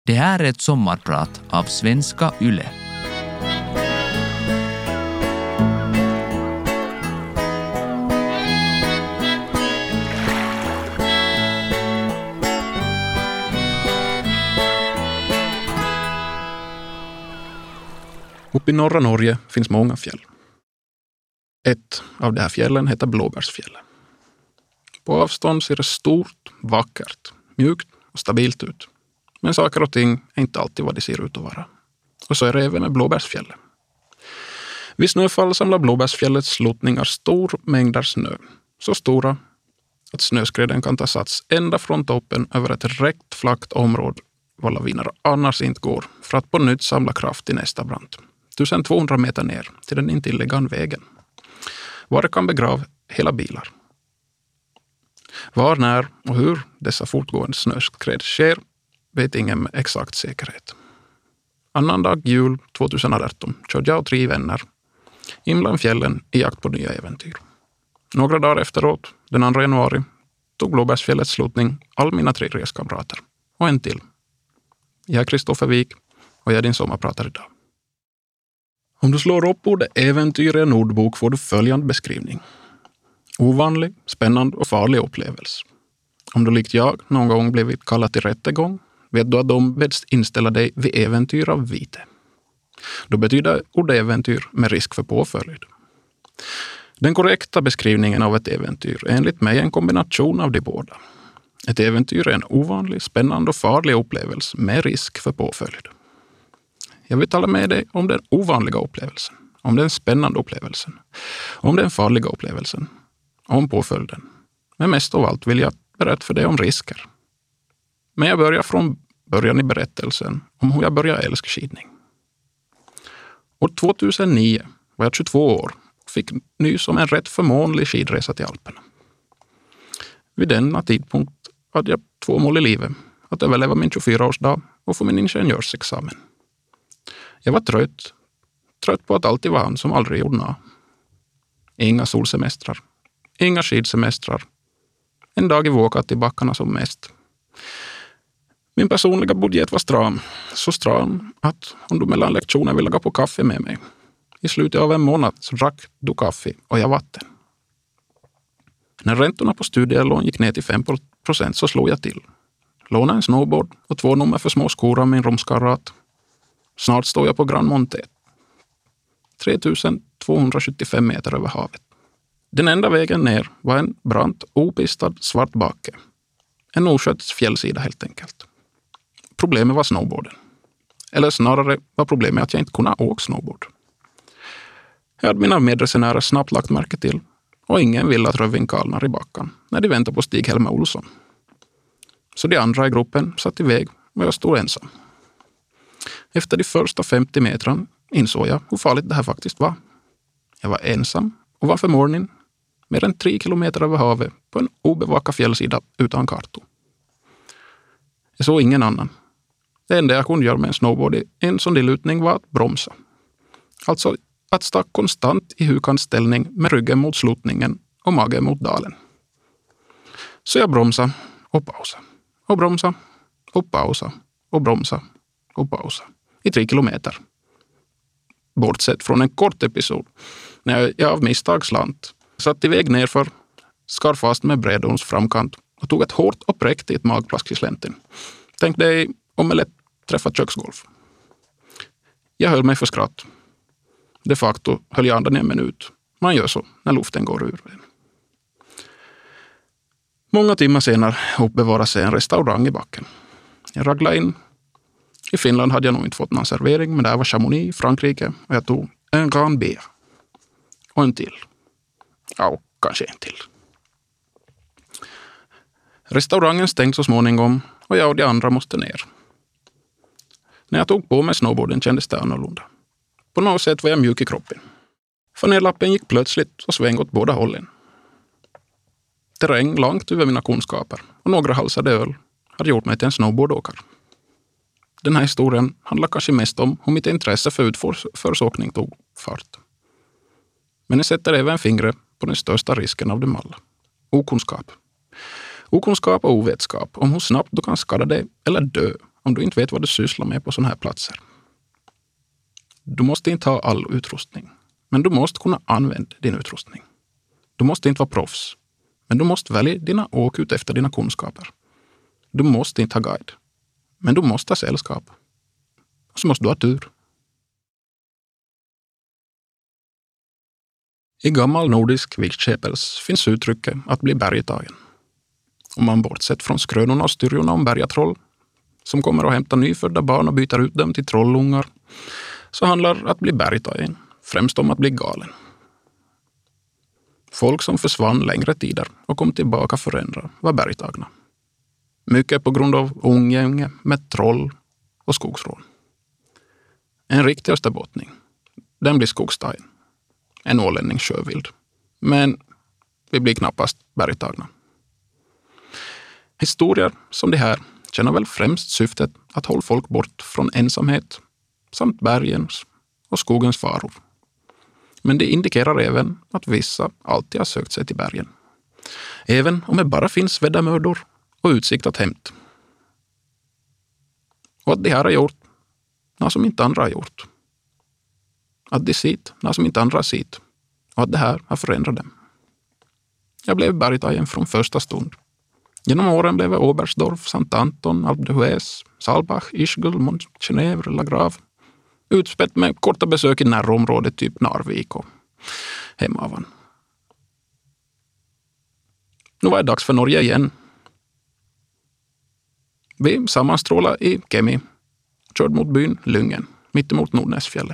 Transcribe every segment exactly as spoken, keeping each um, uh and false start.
Det här är ett sommarprat av Svenska Yle. Uppe i norra Norge finns många fjäll. Ett av de här fjällen heter Blåbärsfjället. På avstånd ser det stort, vackert, mjukt och stabilt ut. Men saker och ting är inte alltid vad det ser ut att vara. Och så är det även med Blåbärsfjället. Vid snöfall samlar Blåbärsfjällets sluttningar stor mängder snö. Så stora att snöskreden kan ta sats ända från toppen över ett rätt flackt område var laviner annars inte går för att på nytt samla kraft i nästa brant. twelve hundred meter ner till den intilliggande vägen. Var det kan begrava hela bilar. Var, när och hur dessa fortgående snöskred sker vet ingen med exakt säkerhet. Annandag jul tjugoarton körde jag och tre vänner in bland fjällen i jakt på nya äventyr. Några dagar efteråt, den andra januari, tog Blåbärsfjällets slutning all mina tre reskamrater och en till. Jag är Kristoffer Wik och jag är din sommarpratare idag. Om du slår upp ordet äventyr i en ordbok får du följande beskrivning. Ovanlig, spännande och farlig upplevelse. Om du likt jag någon gång blivit kallad till rättegång vet du att de bäst inställa dig vid äventyr av vite. Då betyder ordet äventyr med risk för påföljd. Den korrekta beskrivningen av ett äventyr är enligt mig en kombination av de båda. Ett äventyr är en ovanlig, spännande och farlig upplevelse med risk för påföljd. Jag vill tala med dig om den ovanliga upplevelsen, om den spännande upplevelsen, om den farliga upplevelsen, om påföljden. Men mest av allt vill jag berätta för dig om risker. Men jag börjar från början i berättelsen om hur jag började älska skidning. År tvåtusennio var jag tjugotvå år och fick nys om en rätt förmånlig skidresa till Alperna. Vid denna tidpunkt hade jag två mål i livet, att överleva min tjugofyraårsdag och få min ingenjörsexamen. Jag var trött, trött på att alltid vara han som aldrig gjorde något. Inga solsemestrar, inga skidsemestrar. En dag i vågat i backarna som mest. Min personliga budget var stram, så stram att om du mellan lektioner ville gå på kaffe med mig. I slutet av en månad så drack du kaffe och jag vatten. När räntorna på studielån gick ner till fem procent så slog jag till. Lånade en snowboard och två nummer för små skor av min romskarat. Snart står jag på Grand Montet. tre tusen tvåhundrasjuttiofem meter över havet. Den enda vägen ner var en brant, opistad svart backe. En oskött fjällsida helt enkelt. Problemet var snowboarden. Eller snarare var problemet att jag inte kunde åka snowboard. Jag hade mina medresenärer snabbt lagt märke till och ingen ville att röving kalnar i backen när de väntade på Stig-Helmer Olsson. Så de andra i gruppen satt iväg och jag stod ensam. Efter de första femtio metrarna insåg jag hur farligt det här faktiskt var. Jag var ensam och var förmodligen mer än tre kilometer över havet på en obevakad fjällsida utan kartor. Jag såg ingen annan. Det enda jag kunde göra med en snowboard i en sån lutning var att bromsa. Alltså att stå konstant i hukantställning med ryggen mot sluttningen och magen mot dalen. Så jag bromsa och pausa. Och bromsa och pausa. Och bromsa och pausa. I tre kilometer. Bortsett från en kort episod när jag av misstag slant, satt iväg nerför, skar fast med brädons framkant och tog ett hårt och präktigt magplask i slänten. Tänk dig om jag träffat köksgolv. Jag höll mig för skratt. De facto höll jag andan i en minut. Man gör så när luften går ur. Många timmar senare uppbevarar sig en restaurang i backen. Jag raglade in. I Finland hade jag nog inte fått någon servering, men där var Chamonix, Frankrike, och jag tog en Grand B. Och en till. Ja, och kanske en till. Restaurangen stängde så småningom och jag och de andra måste ner. När jag tog på mig snowboarden kändes det annorlunda. På något sätt var jag mjuk i kroppen. Fanerlappen gick plötsligt och svängde åt båda hållen. Terräng långt över mina kunskaper och några halsade öl hade gjort mig till en snowboardåkare. Den här historien handlar kanske mest om hur mitt intresse för utförsåkning tog fart. Men det sätter även fingret på den största risken av dem alla. Okunskap. Okunskap och ovetskap om hur snabbt du kan skada dig eller dö om du inte vet vad du sysslar med på sådana här platser. Du måste inte ha all utrustning, men du måste kunna använda din utrustning. Du måste inte vara proffs, men du måste välja dina åk ut efter dina kunskaper. Du måste inte ha guide, men du måste ha sällskap. Och så måste du ha tur. I gammal nordisk viktskepelse finns uttrycket att bli bergtagen. Om man bortsett från skrönorna och styrjorna om bergatroll, som kommer att hämta nyfödda barn och byter ut dem till trollungar, så handlar att bli bergtagen främst om att bli galen. Folk som försvann längre tider och kom tillbaka förändra var bergtagna. Mycket på grund av umgänge med troll och skogsrån. En riktig österbottning, den blir skogstagen. En ålänning sjövild. Men vi blir knappast bergtagna. Historier som det här tjänar väl främst syftet att hålla folk bort från ensamhet samt bergens och skogens faror. Men det indikerar även att vissa alltid har sökt sig till bergen. Även om det bara finns väddamördor och utsikt att hämt. Och att det här har gjort något som inte andra har gjort. Att det sitt något som inte andra har sitt. Och att det här har förändrat dem. Jag blev bergtagen från första stund. Genom åren blev jag Oberstdorf, Sankt Anton, Alpe d'Huez, Saalbach, Ischgl, Montgenèvre, La Grave. Utspätt med korta besök i närområdet typ Narvik och Hemavan. Nu var det dags för Norge igen. Vi sammanstrålade i Kemi, körde mot byn Lyngen, mitt emot Nordnäsfjället.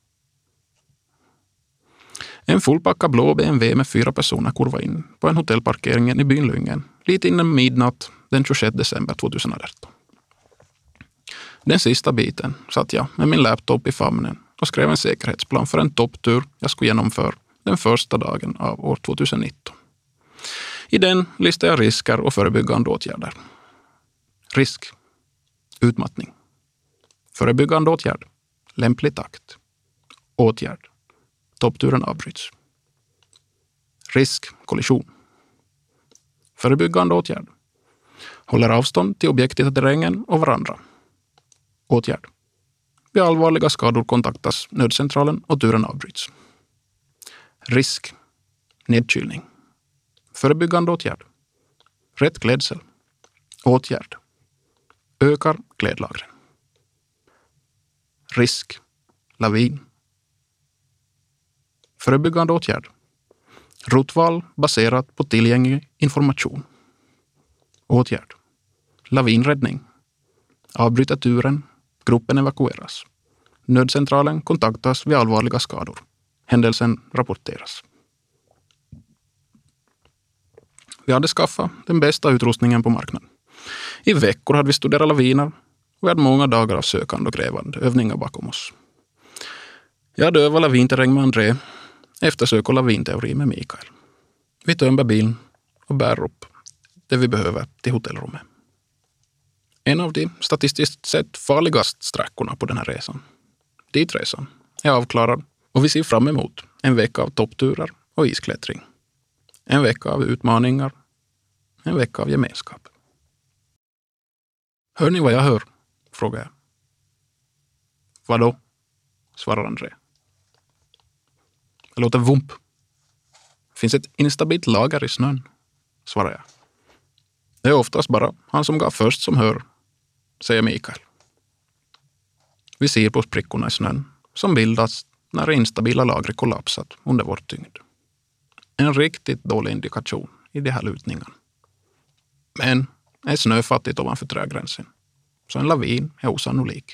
En fullpackad blå B M W med fyra personer kurvade in på en hotellparkeringen i byn Lyngen, lite innan midnatt den tjugosjätte december tjugoarton. Den sista biten satt jag med min laptop i famnen och skrev en säkerhetsplan för en topptur jag skulle genomföra den första dagen av år tjugonitton. I den listade jag risker och förebyggande åtgärder. Risk. Utmattning. Förebyggande åtgärd. Lämplig takt. Åtgärd. Toppturen avbryts. Risk. Kollision. Förebyggande åtgärd. Håller avstånd till objektet i terrängen och varandra. Åtgärd. Vid allvarliga skador kontaktas nödcentralen och turen avbryts. Risk. Nedkylning. Förebyggande åtgärd. Rätt klädsel. Åtgärd. Ökar klädlagren. Risk. Lavin. Förebyggande åtgärd. Rutval baserat på tillgänglig information. Åtgärd. Lavinräddning. Avbryta turen. Gruppen evakueras. Nödcentralen kontaktas vid allvarliga skador. Händelsen rapporteras. Vi hade skaffat den bästa utrustningen på marknaden. I veckor hade vi studerat laviner och vi hade många dagar av sökande och grävande övningar bakom oss. Jag hade övat lavinterräng med André, eftersök och lavinteori med Mikael. Vi tömmer bilen och bär upp det vi behöver till hotellrummet. En av de statistiskt sett farligaste sträckorna på den här resan, ditresan, är avklarad och vi ser fram emot en vecka av toppturer och isklättring. En vecka av utmaningar, en vecka av gemenskap. Hör ni vad jag hör? Frågar jag. Vadå? Svarar André. Det låter vump. Finns ett instabilt lager i snön, svarar jag. Det är oftast bara han som gav först som hör, säger Mikael. Vi ser på sprickorna i snön som bildas när det instabila lagret kollapsat under vår tyngd. En riktigt dålig indikation i de här lutningarna. Men är snöfattigt ovanför trägränsen, så en lavin är osannolik.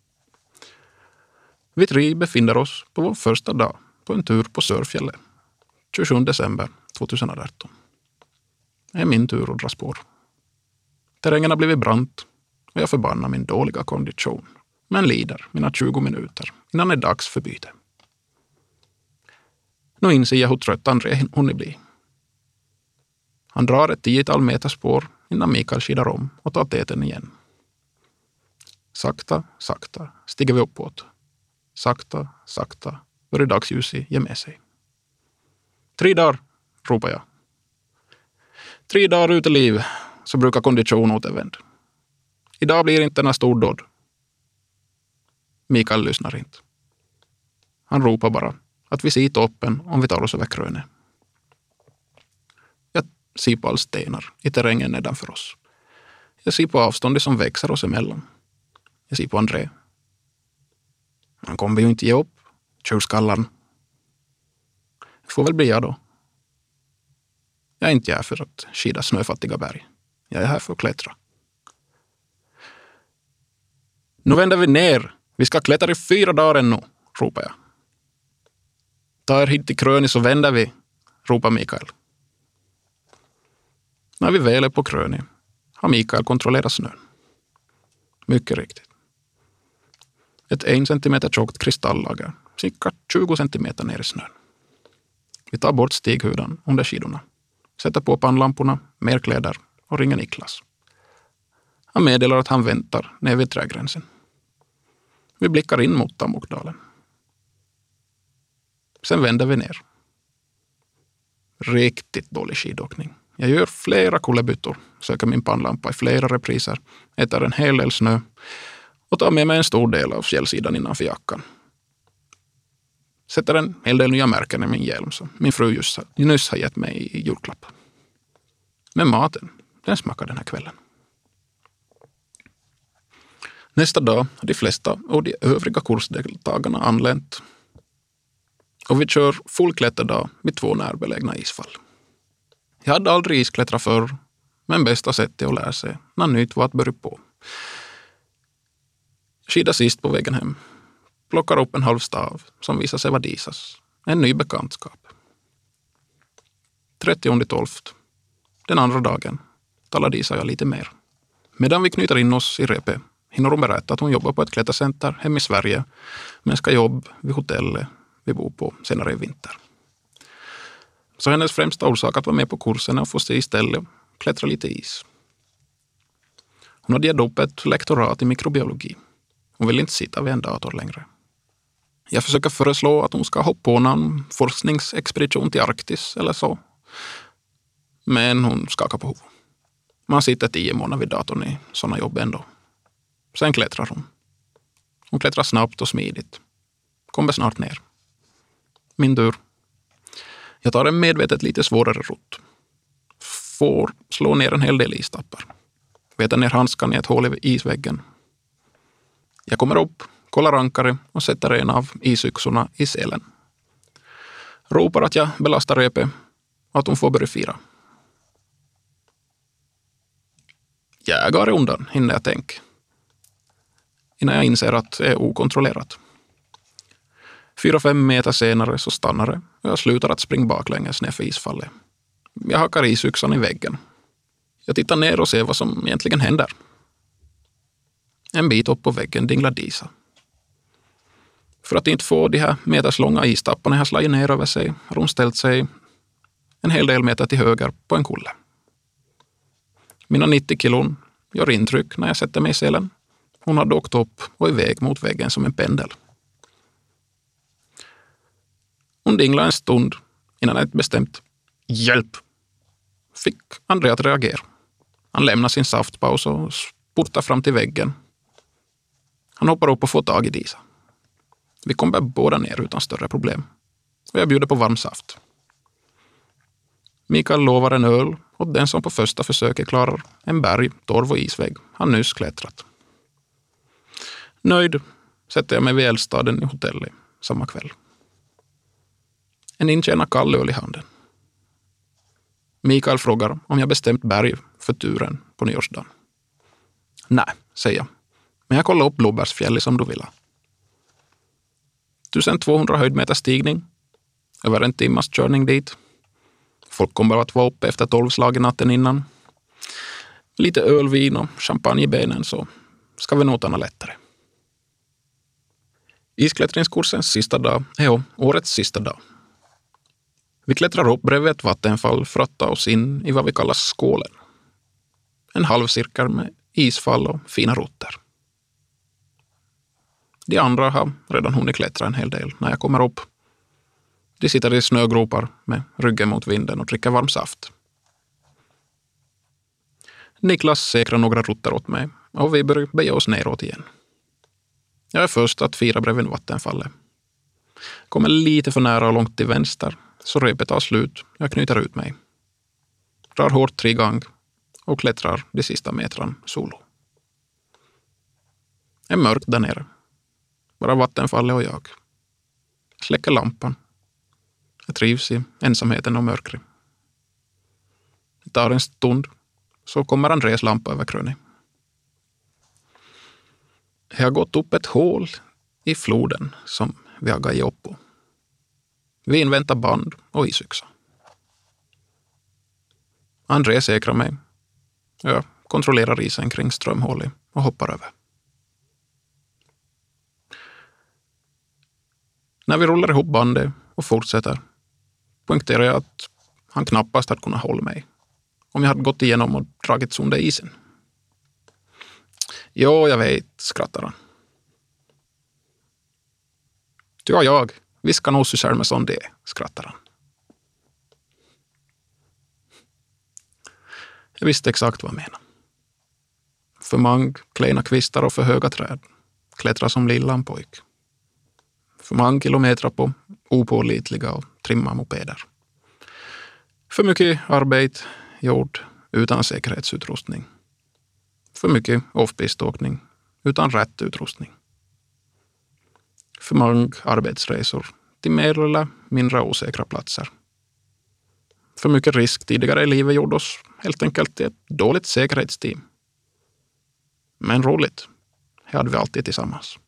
Vi tre befinner oss på vår första dag på en tur på Sörfjället, tjugosjunde december tjugoarton. Det är min tur att dra spår. Terrängen har blivit brant och jag förbannar min dåliga kondition, men lider mina tjugo minuter innan det är dags för byte. Nu inser jag hur trött André hunnit bli. Han drar ett tiotal meter spår innan Mikael skidar om och tar täten igen. Sakta, sakta stiger vi uppåt. Sakta, sakta börjar dagsljuset ge med sig. Tre dagar, ropar jag. Tre dagar ute i liv så brukar kondition återvända. Idag blir inte några stordåd. Mikael lyssnar inte. Han ropar bara att vi ser toppen om vi tar oss över krönet. Jag ser på all stenar i terrängen nedanför oss. Jag ser på avståndet som växer oss emellan. Jag ser på André. Han kommer ju inte ge upp. Tjurskallan. Det får väl bli jag då. Jag är inte här för att skida snöfattiga berg. Jag är här för att klättra. Nu vänder vi ner. Vi ska klättra i fyra dagar ännu, ropar jag. Ta er hit till krönet så vänder vi, ropar Mikael. När vi väl är på krönet har Mikael kontrollerat snön. Mycket riktigt. Ett en centimeter tjockt kristalllager, cirka tjugo centimeter ner i snön. Vi tar bort stighudan under skidorna, sätter på pannlamporna, mer kläder och ringer Niklas. Han meddelar att han väntar ner vid trädgränsen. Vi blickar in mot Tamokdalen. Sen vänder vi ner. Riktigt dålig skidåkning. Jag gör flera kullerbyttor, söker min pannlampa i flera repriser, äter en hel del snö och tar med mig en stor del av fjällsidan innanför jackan. Sätter en hel del nya märken i min hjälm som min fru just nyss har gett mig i julklapp. Men maten, den smakar den här kvällen. Nästa dag har de flesta och de övriga kursdeltagarna anlänt och vi kör fullklätterdag vid två närbelägna isfall. Jag hade aldrig isklättrat förr, men bästa sättet att lära sig när nytt var att börja på. Jag skidar sist på vägen hem. Plockar upp en halv stav som visar sig vara Disas. En ny bekantskap. trettionde tolfte. Den andra dagen talar Disa jag lite mer. Medan vi knyter in oss i repet hinner hon berätta att hon jobbar på ett klättercenter hem i Sverige men ska jobba vid hotellet vi bor på senare i vinter. Så hennes främsta orsak att vara med på kursen är att få se istället klättra lite is. Hon hade gett upp ett lektorat i mikrobiologi. Hon vill inte sitta vid en dator längre. Jag försöker föreslå att hon ska hoppa på någon forskningsexpedition till Arktis eller så. Men hon skakar på huvudet. Man sitter tio månader vid datorn i sådana jobb ändå. Sen klättrar hon. Hon klättrar snabbt och smidigt. Kommer snart ner. Min tur. Jag tar en medvetet lite svårare rutt. Får slå ner en hel del istappar. Vetar ner handskan i ett hål i isväggen. Jag kommer upp, kollar ankare och sätter en av isyxorna i selen. Ropar att jag belastar repet och att hon får börja fira. Jag går undan hinner jag tänka. Innan jag inser att det är okontrollerat. Fyra, fem meter senare så stannar det och jag slutar att springa baklänges ner för isfallet. Jag hakar isyxan i väggen. Jag tittar ner och ser vad som egentligen händer. En bit upp på väggen dinglar Disa. För att inte få de här meterslånga istapparna jag slagit ner över sig har hon ställt sig en hel del meter till höger på en kulle. Mina nittio kilon gör intryck när jag sätter mig i selen. Hon hade åkt upp och iväg mot väggen som en pendel. Hon dinglade en stund innan ett bestämt hjälp fick André att reagera. Han lämnar sin saftpaus och spurtar fram till väggen. Han hoppar upp och får tag i Disa. Vi kommer båda ner utan större problem. Och jag bjuder på varm saft. Mikael lovar en öl och den som på första försöket klarar en berg, torv och isvägg har nyss klättrat. Nöjd sätter jag mig vid eldstaden i hotellet samma kväll. En intjänad kall öl i handen. Mikael frågar om jag bestämt berg för turen på nyårsdagen. Nej, säger jag. Men jag kollar upp Blåbärsfjället som du vill ha. tjugotvåhundra höjdmeter stigning. Över en timmas körning dit. Folk kommer att vara uppe efter tolvslagen natten innan. Lite ölvin och champagne i benen så ska vi nog ta lättare. Isklättringskursens sista dag är årets sista dag. Vi klättrar upp bredvid ett vattenfall för att ta oss in i vad vi kallar skålen. En halvcirkel med isfall och fina rutter. De andra har redan hunnit klättra en hel del när jag kommer upp. De sitter i snögropar med ryggen mot vinden och dricker varm saft. Niklas säkrar några rutter åt mig och vi börjar bege oss neråt igen. Jag är först att fira bredvid vattenfallet. Kommer lite för nära och långt till vänster, så repet tar slut. Jag knyter ut mig. Drar hårt tre gång och klättrar de sista metrarna solo. Det är mörkt där nere. Bara vattenfallet och jag. Släcker lampan. Jag trivs i ensamheten och mörkret. Det tar en stund, så kommer Andreas lampa över krönet. Jag har gått upp ett hål i floden som vi har gått upp på. Vi inväntar band och isyxa. Andreas säkrar mig. Jag kontrollerar isen kring strömhålet och hoppar över. När vi rullar ihop bandet och fortsätter poängterar jag att han knappast hade kunnat hålla mig om jag hade gått igenom och dragits under isen. Jo, jag vet, skrattar han. Du och jag, vi ska nog sy med sån det, skrattar han. Jag visste exakt vad han menade. För många klena kvistar och för höga träd klättrar som lillan pojk. För många kilometer på opålitliga och trimma mopeder. För mycket arbete gjort utan säkerhetsutrustning. För mycket off-pist-åkning utan rätt utrustning. För många arbetsresor till mer eller mindre osäkra platser. För mycket risk tidigare i livet gjorde oss helt enkelt ett dåligt säkerhetsteam. Men roligt. Det hade vi alltid tillsammans.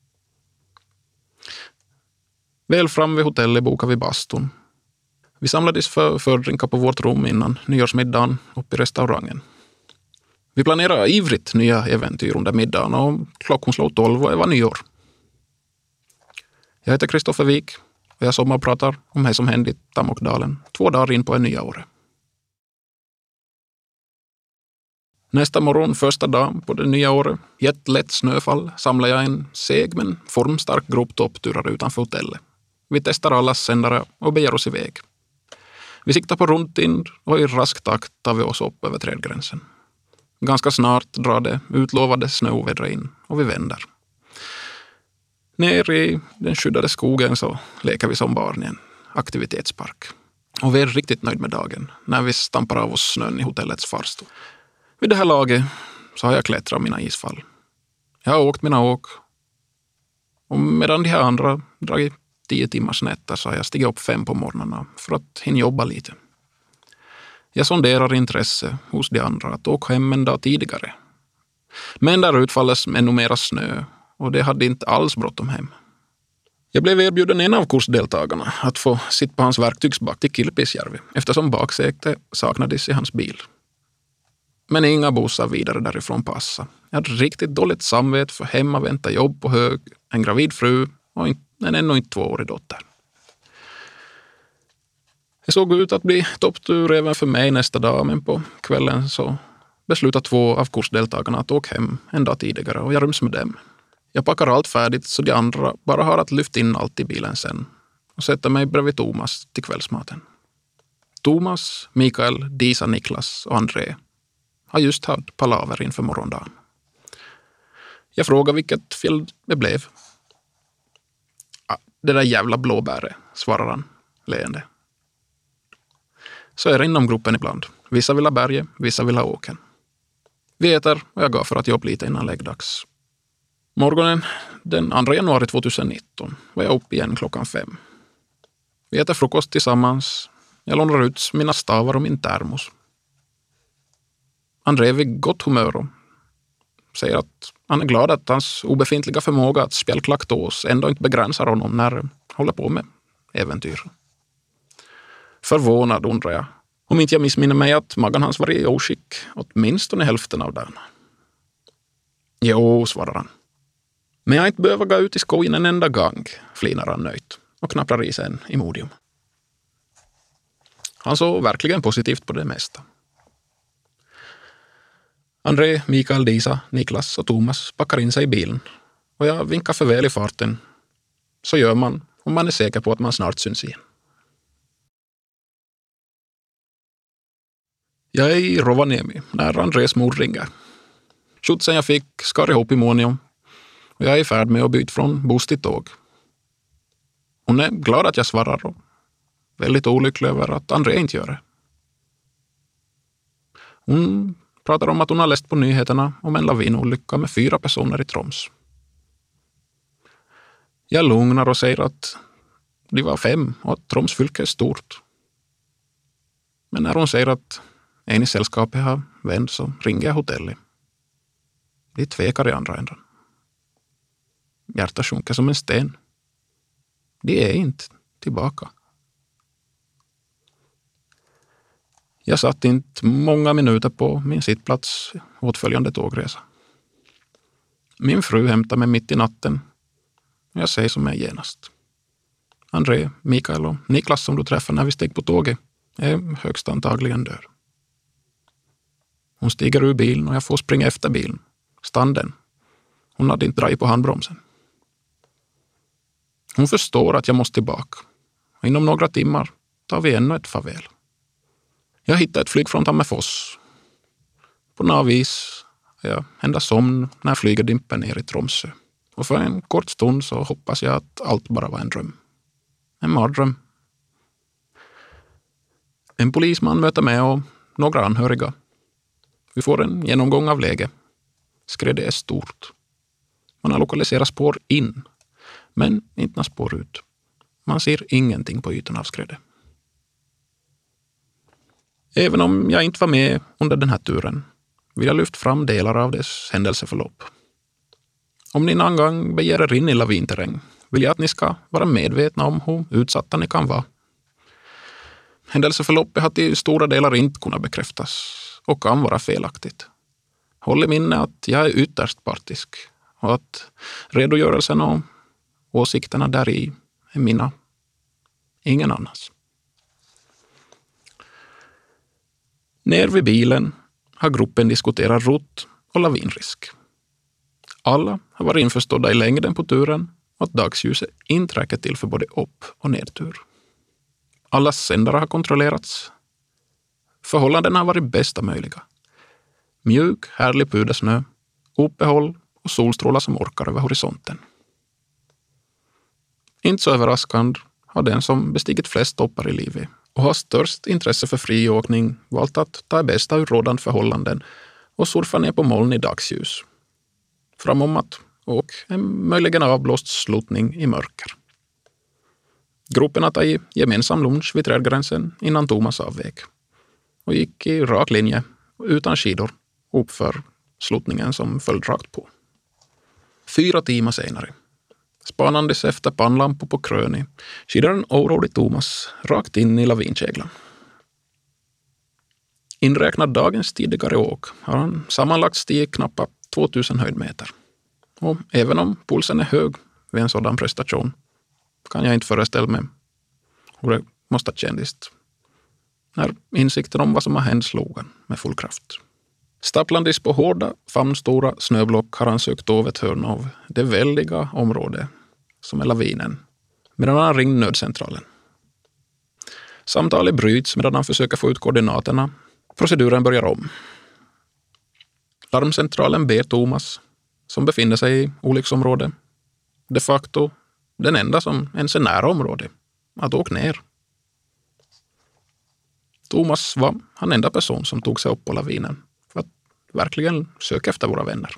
Väl fram vid hotellet bokade vi bastun. Vi samlades för fördrinka på vårt rum innan nyårsmiddagen uppe i restaurangen. Vi planerade ivrigt nya äventyr under middagen och klockan slog tolv och det var nyår. Jag heter Kristoffer Wik och jag sommarpratar om det som hände i Tamokdalen två dagar in på en nya år. Nästa morgon, första dagen på det nya året, i ett lätt snöfall samlar jag en seg men formstark grupp toppturar utanför hotellet. Vi testar alla sändare och beger oss iväg. Vi siktar på rundtind och i rask takt tar vi oss upp över trädgränsen. Ganska snart drar det utlovade snöovädret in och vi vänder. Ner i den skyddade skogen så leker vi som barn i en aktivitetspark. Och vi är riktigt nöjd med dagen när vi stampar av oss snön i hotellets farstå. Vid det här laget så har jag klättrat mina isfall. Jag har åkt mina åk. Och medan de här andra dragit tio timmars nätter så har jag stigit upp fem på morgnarna för att hinna jobba lite. Jag sonderar intresse hos de andra att åka hem en dag tidigare. Men där utfalles ännu mera snö och det hade inte alls bråttom hem. Jag blev erbjuden en av kursdeltagarna att få sitta på hans verktygsback till Kilpisjärvi eftersom baksätet saknades i hans bil. Men inga bussar vidare därifrån passa. Jag hade riktigt dåligt samvete för hemma vänta jobb på hög, en gravid fru och en ännu inte tvåårig dotter. Det såg ut att bli topptur även för mig nästa dag, men på kvällen så beslutade två av kursdeltagarna att åka hem en dag tidigare och jag ryms med dem. Jag packar allt färdigt så de andra bara har att lyfta in allt i bilen sen och sätta mig bredvid Thomas till kvällsmaten. Thomas, Mikael, Disa, Niklas och André har just haft palaver inför morgondagen. Jag frågar vilket fjäll det blev. Ah, det där jävla blåbäret, svarar han, leende. Så är det inom gruppen ibland. Vissa vill ha berget, vissa vill ha åken. Vi äter och jag går för att jobba lite innan läggdags. Morgonen den andra januari tjugonitton var jag uppe igen klockan fem. Vi äter frukost tillsammans. Jag lånar ut mina stavar och min termos. André är vid gott humör och säger att han är glad att hans obefintliga förmåga att spela klaktås ändå inte begränsar honom när han håller på med äventyr. Förvånad undrar jag om inte jag missminner mig att magen hans var i oskick åtminstone hälften av den. Jo, svarar han. Men jag inte behöver gå ut i skogen en enda gång, flinar han nöjt och knapprar i sig en Imodium. Han såg verkligen positivt på det mesta. André, Mikael, Disa, Niklas och Thomas packar in sig i bilen och jag vinkar farväl i farten. Så gör man om man är säker på att man snart syns igen. Jag är i Rovaniemi när Andrés mor ringer. Skjutsen jag fick skar ihop i månium och jag är i färd med att byta från buss till tåg. Hon är glad att jag svarar och väldigt olycklig över att André inte gör det. Hon pratar om att hon har läst på nyheterna om en lavinolycka med fyra personer i Troms. Jag lugnar och säger att de var fem och att Troms fylke är stort. Men när hon säger att en i sällskapet har vänt så ringer jag hotellet. De tvekar i andra änden. Hjärtat sjunker som en sten. De är inte tillbaka. Jag satt inte många minuter på min sittplats åtföljande tågresa. Min fru hämtade mig mitt i natten. Jag säger som jag genast. André, Mikael och Niklas som du träffade när vi steg på tåget är högst antagligen död. Hon stiger ur bilen och jag får springa efter bilen. Standen. Hon hade inte dragit på handbromsen. Hon förstår att jag måste tillbaka. Och inom några timmar tar vi ännu ett farväl. Jag hittar ett flyg från Tammerfors. På något vis är jag ända somn när flyget dimper ner i Tromsö. Och för en kort stund så hoppas jag att allt bara var en dröm. En mardröm. En polisman möter med och några anhöriga. Vi får en genomgång av läge. Skredet är stort. Man har lokaliserat spår in, men inte några spår ut. Man ser ingenting på ytan av skredet. Även om jag inte var med under den här turen vill jag lyfta fram delar av dess händelseförlopp. Om ni någon gång beger er in i lavinterräng vill jag att ni ska vara medvetna om hur utsatta ni kan vara. Händelseförloppet har till stora delar inte kunnat bekräftas och kan vara felaktigt. Håll i minne att jag är ytterst partisk och att redogörelsen och åsikterna där i är mina, ingen annans. Ner vid bilen har gruppen diskuterat rutt och lavinrisk. Alla har varit införstådda i längden på turen och att dagsljuset inte räcker till för både upp- och nedtur. Alla sändare har kontrollerats. Förhållandena har varit bästa möjliga. Mjuk, härlig pudersnö, uppehåll och solstrålar som orkar över horisonten. Inte så överraskande har den som bestigit flest toppar i livet och har störst intresse för friåkning valt att ta bästa ur rådande förhållanden och surfa ner på moln i dagsljus. Framåt och en möjligen avblåst sluttning i mörker. Gruppen har tagit gemensam lunch vid trädgränsen innan Thomas avväg och gick i rak linje utan skidor uppför sluttningen som föll rakt på. Fyra timmar senare, spanandes efter pannlampor på kröni, skidar en orolig Thomas rakt in i lavinkäglan. Inräknad dagens tidigare åk har han sammanlagt stigit knappt tvåtusen höjdmeter. Och även om pulsen är hög vid en sådan prestation kan jag inte föreställa mig hur det måste ha känts när insikten om vad som har hänt slog han med full kraft. Stapplandes på hårda, famnstora snöblock har han sökt av ett hörn av det väldiga område som är lavinen, medan han ringt nödcentralen. Samtalet bryts medan han försöker få ut koordinaterna. Proceduren börjar om. Larmcentralen ber Thomas, som befinner sig i olycksområdet, de facto den enda som ens är nära området, att åka ner. Thomas var han enda person som tog sig upp på lavinen för att verkligen söka efter våra vänner.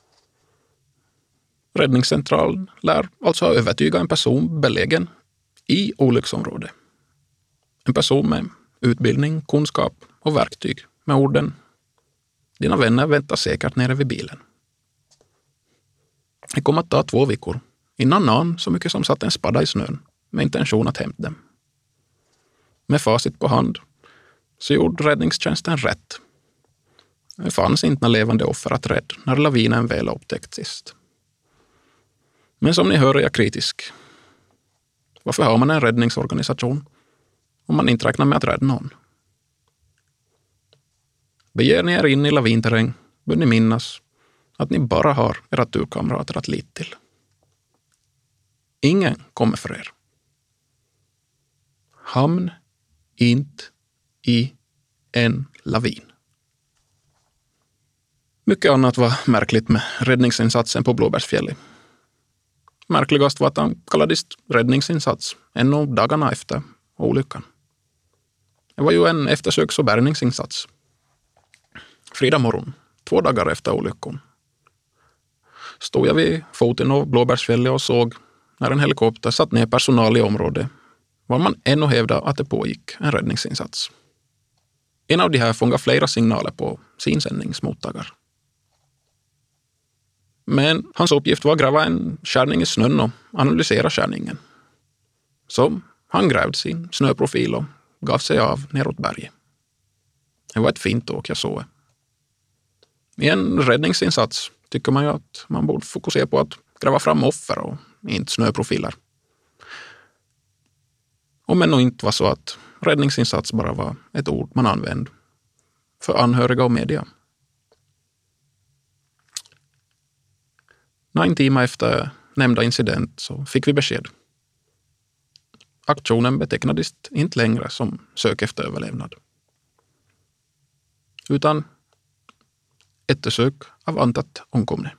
Räddningscentralen lär alltså ha övertygat en person belägen i olycksområdet. En person med utbildning, kunskap och verktyg med orden: dina vänner väntar säkert nere vid bilen. Det kommer att ta två veckor innan någon så mycket som satt en spadda i snön med intention att hämta dem. Med facit på hand så gjorde räddningstjänsten rätt. Det fanns inte några levande offer att rädda när lavinen väl upptäckt sist. Men som ni hör är jag kritisk. Varför har man en räddningsorganisation om man inte räknar med att rädda någon? Beger ni er in i lavinterräng bör ni minnas att ni bara har era turkamrater att lita till. Ingen kommer för er. Hamn inte i en lavin. Mycket annat var märkligt med räddningsinsatsen på Blåbärsfjället. Märkligast var att han kallades räddningsinsats ännu dagarna efter olyckan. Det var ju en eftersöks- och bärgningsinsats. Fredag morgon, två dagar efter olyckan, stod jag vid foten av Blåbärsfjället och såg när en helikopter satt ner personal i området var man ännu hävdade att det pågick en räddningsinsats. En av de här fångade flera signaler på sin sändningsmottagare. Men hans uppgift var att gräva en skärning i snön och analysera skärningen. Så han grävde sin snöprofil och gav sig av neråt berget. Det var ett fint åk jag såg. I en räddningsinsats tycker man ju att man borde fokusera på att gräva fram offer och inte snöprofiler. Om det nog inte var så att räddningsinsats bara var ett ord man använde för anhöriga och media. Nio timmar efter nämnda incident så fick vi besked. Aktionen betecknades inte längre som sök efter överlevnad, utan eftersök av antat omkomne.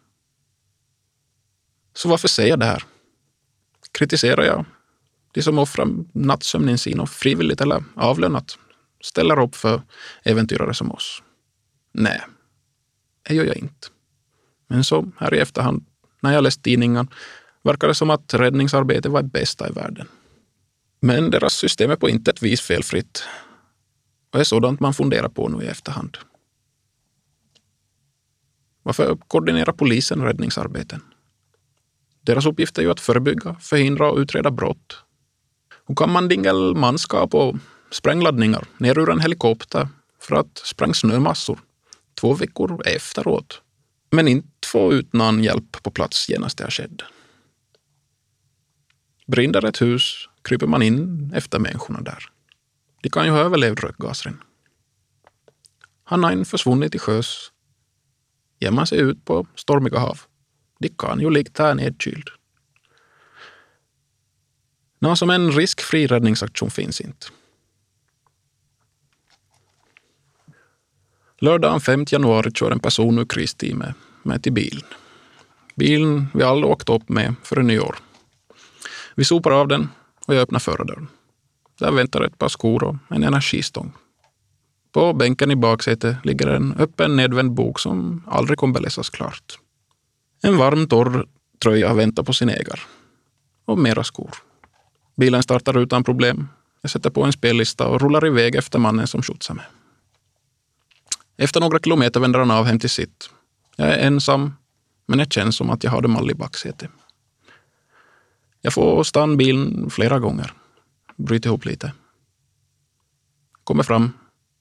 Så varför säger jag det här? Kritiserar jag de som offrar nattsömnen sin och frivilligt eller avlönat ställer upp för äventyrare som oss? Nej, det gör jag inte. Men så här i efterhand, när jag läst tidningen, verkar det som att räddningsarbetet var det bästa i världen. Men deras system är på intet vis felfritt. Och det är sådant man funderar på nu i efterhand. Varför koordinerar polisen räddningsarbeten? Deras uppgift är ju att förebygga, förhindra och utreda brott. Och kan man dingel manskap och sprängladdningar ner ur en helikopter för att spränga snömassor två veckor efteråt, men inte få ut någon hjälp på plats genast det har skett. Brinner ett hus kryper man in efter människorna där. De kan ju ha överlevt rökgasren. Han har en försvunnit i sjös. Ger man sig ut på stormiga hav, de kan ju ligga här nedkyld. Någon som en riskfri räddningsaktion finns inte. Lördagen femte januari kör en person ur kristeamet med till bilen. Bilen vi alla åkt upp med före nyår. Vi sopar av den och jag öppnar förardörren. Där väntar ett par skor och en energistång. På bänken i baksätet ligger en öppen nedvänd bok som aldrig kommer läsas klart. En varm torr tröja väntar på sin ägare. Och mera skor. Bilen startar utan problem. Jag sätter på en spellista och rullar iväg efter mannen som skjutsar mig. Efter några kilometer vänder han av hem till sitt. Jag är ensam, men det känns som att jag har dem alla i baksätet. Jag får stanna bilen flera gånger. Bryter ihop lite. Kommer fram.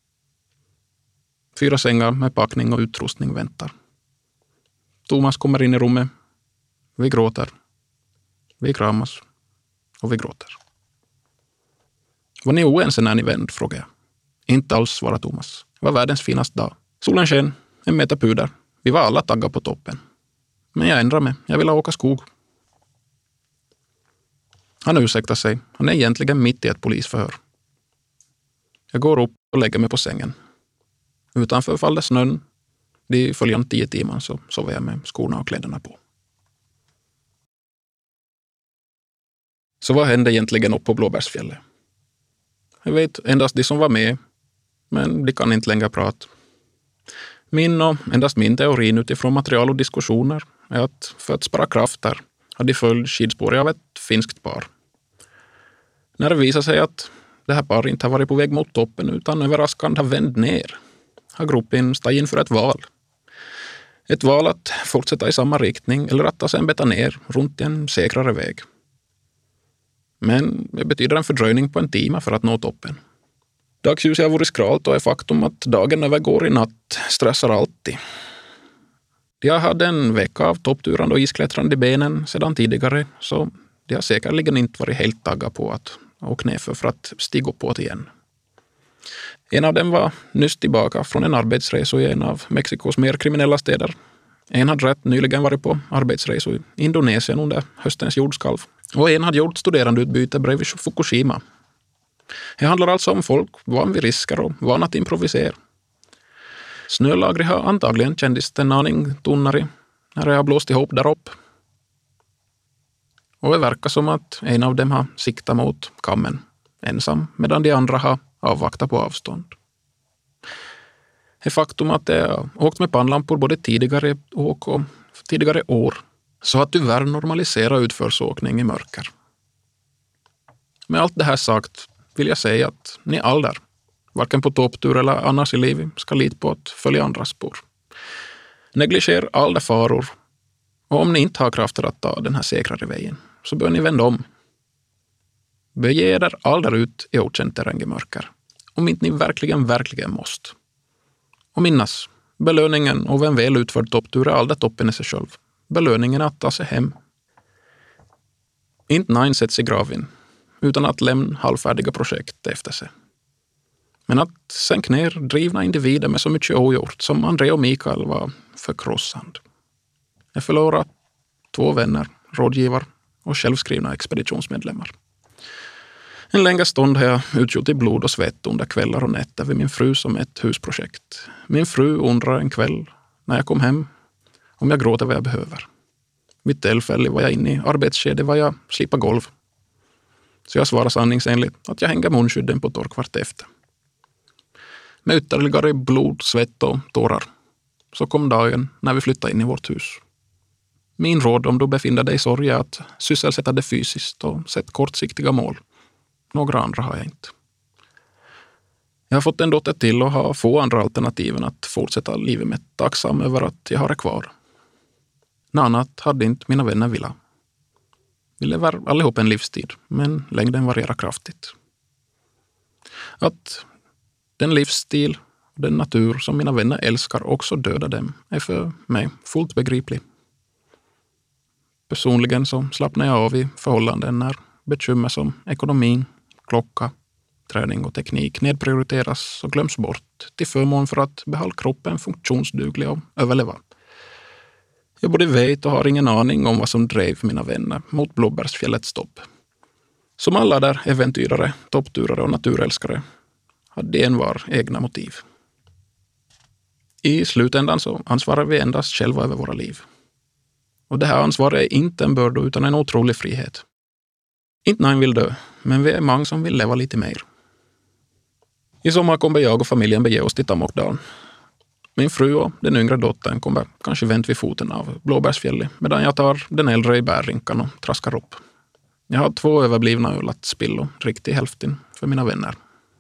Fyra sängar med packning och utrustning väntar. Thomas kommer in i rummet. Vi gråter. Vi kramas. Och vi gråter. Var ni oense när ni vände, frågar jag. Inte alls, svarar Thomas. Det var världens finaste dag. Solen sken, en meter puder. Vi var alla taggar på toppen. Men jag ändrar mig. Jag vill åka skog. Han ursäktar sig. Han är egentligen mitt i ett polisförhör. Jag går upp och lägger mig på sängen. Utanför faller snön. De följande tio timmar så sover jag med skorna och kläderna på. Så vad hände egentligen upp på Blåbärsfjället? Jag vet endast de som var med, men de kan inte längre prata. Min och endast min teorin utifrån material och diskussioner är att för att spara krafter hade de följt skidspåret av ett finskt par. När det visar sig att det här paret inte har varit på väg mot toppen utan överraskande har vänt ner, har gruppen stått inför ett val. Ett val att fortsätta i samma riktning eller att ta sig en beta ner runt en säkrare väg. Men det betyder en fördröjning på en timme för att nå toppen. Dagsljuset har varit skralt och är faktum att dagen övergår i natt stressar alltid. De har haft en vecka av toppturande och isklättrande i benen sedan tidigare, så de har säkerligen inte varit helt tagga på att åka ner för, för att stiga upp på det igen. En av dem var nyss tillbaka från en arbetsresa i en av Mexikos mer kriminella städer. En hade rätt nyligen varit på arbetsresa i Indonesien under höstens jordskalv. Och en hade gjort studerandeutbyte bredvid Fukushima. Det handlar alltså om folk van vid risker och van att improvisera. Snölagret har antagligen kändist en aning tunnare när det har blåst ihop där upp. Och det verkar som att en av dem har siktat mot kammen ensam medan de andra har avvaktat på avstånd. Det faktum att det har åkt med pannlampor både tidigare åk och tidigare år så har tyvärr normaliserat utförsåkning i mörker. Med allt det här sagt vill jag säga att ni aldrig, varken på topptur eller annars i livet, ska lita på att följa andra spår. Negliger alla faror, och om ni inte har krafter att ta den här säkrare vägen så bör ni vända om. Bege er aldrig ut i okänd terräng i mörker, om inte ni verkligen, verkligen måste. Och minnas, belöningen av en väl utförd topptur är aldrig toppen i sig själv. Belöningen är att ta sig hem. Inte nine sätts i graven, utan att lämna halvfärdiga projekt efter sig. Men att sänka ner drivna individer med så mycket ogjort som André och Mikael var förkrossande. Jag förlorade två vänner, rådgivare och självskrivna expeditionsmedlemmar. En längre stund har jag utgjort i blod och svett under kvällar och nätter vid min fru som ett husprojekt. Min fru undrar en kväll när jag kom hem om jag gråter vad jag behöver. Mitt tillfälle var jag inne i arbetsskede var jag slipa golv. Så jag svarar sanningsenligt att jag hänger munskydden på torkvart efter. Med ytterligare blod, svett och tårar så kom dagen när vi flyttade in i vårt hus. Min råd om du befinner dig i sorg är att sysselsätta det fysiskt och sätta kortsiktiga mål. Några andra har jag inte. Jag har fått en dotter till och har få andra alternativ än att fortsätta livet med tacksam över att jag har det kvar. Något annat hade inte mina vänner vilja. Vi lever allihop en livstid, men längden varierar kraftigt. Att den livsstil och den natur som mina vänner älskar också dödar dem är för mig fullt begriplig. Personligen så slappnar jag av i förhållanden när bekymmer som ekonomin, klocka, träning och teknik nedprioriteras och glöms bort till förmån för att behålla kroppen funktionsduglig och överleva. Jag både vet och har ingen aning om vad som drev mina vänner mot Blåbärsfjällets topp. Som alla där äventyrare, toppturare och naturälskare hade en var egna motiv. I slutändan så ansvarar vi endast själva över våra liv. Och det här ansvaret är inte en börda utan en otrolig frihet. Inte någon vill dö, men vi är många som vill leva lite mer. I sommar kommer jag och familjen bege oss till Tamokdalen. Min fru och den yngre dottern kommer kanske vänt vid foten av Blåbärsfjället medan jag tar den äldre i bärrinkan och traskar upp. Jag har två överblivna öl att spill och riktigt hälften för mina vänner.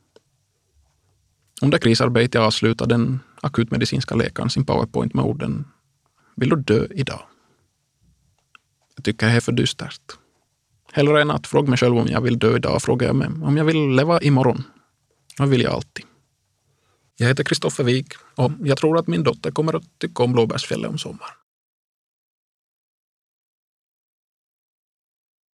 Under krisarbetet avslutar den akutmedicinska läkaren sin powerpoint med orden: vill du dö idag? Jag tycker det är för dystert. Hellre än att fråga mig själv om jag vill dö idag frågar jag mig om jag vill leva imorgon. Det vill jag alltid. Jag heter Kristoffer Wik och jag tror att min dotter kommer att tycka om Blåbärsfjället om sommaren.